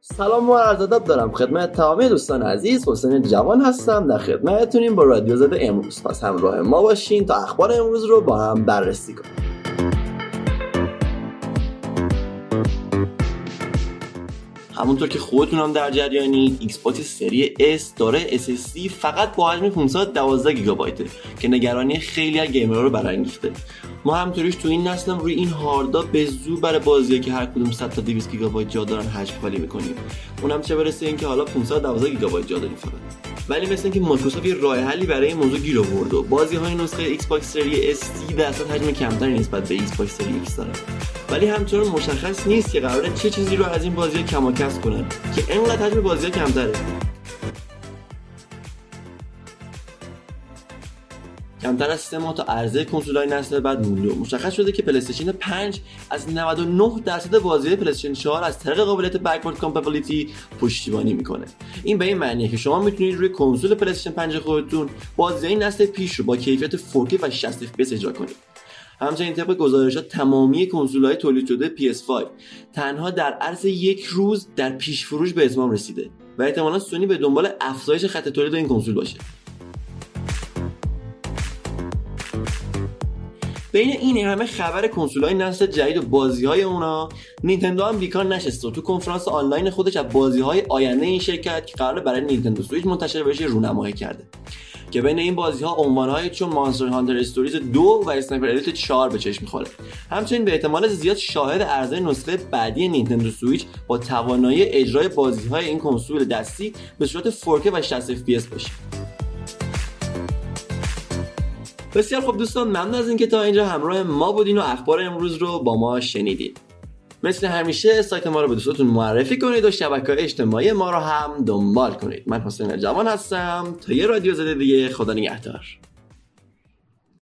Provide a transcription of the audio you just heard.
سلام و عرض ادب دارم خدمت تمامی دوستان عزیز. حسین جوان هستم در خدمتتونیم با رادیو زده امروز. پس همراه ما باشین تا اخبار امروز رو با هم بررسی کنیم. همونطور که خودتون هم در جریانید، ایکس باکس سری S داره SSD فقط با حجم 512 گیگابایته که نگرانی خیلی از گیمرها رو برانگیخته. ما همونطوریش تو این نسل روی این هاردا به زور برای بازیایی که هر کدوم 100 تا 200 گیگابایت جا دارن حجم خالی می‌کنیم. اونم چه برسه اینکه حالا 512 گیگابایت جا داریم فقط. ولی مثل اینکه مایکروسافت یه راه حلی برای این موضوع گیر آورد و بازی‌های نسخه ایکس باکس سری S 30% حجم کمتری نسبت به ایکس باکس سری X دارن. ولی همچنان مشخص نیست که قراره چه چیزی رو از این بازی‌ها کم و کسر کنن که اینقدر حجم بازی‌ها کمتره. کمتر از 3 ماه تا عرضه کنسول‌های نسل بعد مونده. مشخص شده که پلی‌استیشن 5 از 99% بازی‌های پلی‌استیشن 4 از طریق قابلیت بکورد کامپتیبیلیتی پشتیبانی میکنه. این به این معنیه که شما میتونید روی کنسول پلی‌استیشن 5 خودتون بازی‌های نسل پیش رو با کیفیت 4K و 60 FPS اجرا کنید. همچنین طبق گزارشات تمامی کنسول‌های تولید شده PS5 تنها در عرض یک روز در پیش فروش به اتمام رسیده و احتمالاً سونی به دنبال افزایش خط تولید این کنسول باشه. بین این همه خبر کنسول‌های نسل جدید و بازی‌های اونا، نینتندو هم بیکار نشسته و تو کنفرانس آنلاین خودش از بازی‌های آینده این شرکت که قراره برای نینتندو سوئیچ منتشر بشه رونمایی کرده که بین این بازی‌ها عنوان‌هایی چون مانستر هانتر استوریز 2 و اسنایپر الیت 4 به چشم می‌خوره. همچنین به احتمال زیاد شاهد عرضه نسخه بعدی نینتندو سوئیچ با توانایی اجرای بازی‌های این کنسول دستی به صورت 4K و 60 FPS باشه. بسیار خب دوستان، ممنون از اینکه تا اینجا همراه ما بودین و اخبار امروز رو با ما شنیدید. مثل همیشه سایت ما رو به دوستاتون معرفی کنید و شبکه‌های اجتماعی ما رو هم دنبال کنید. من حسین جوان هستم تا یه رادیو زده دیگه. خدا نگهدار.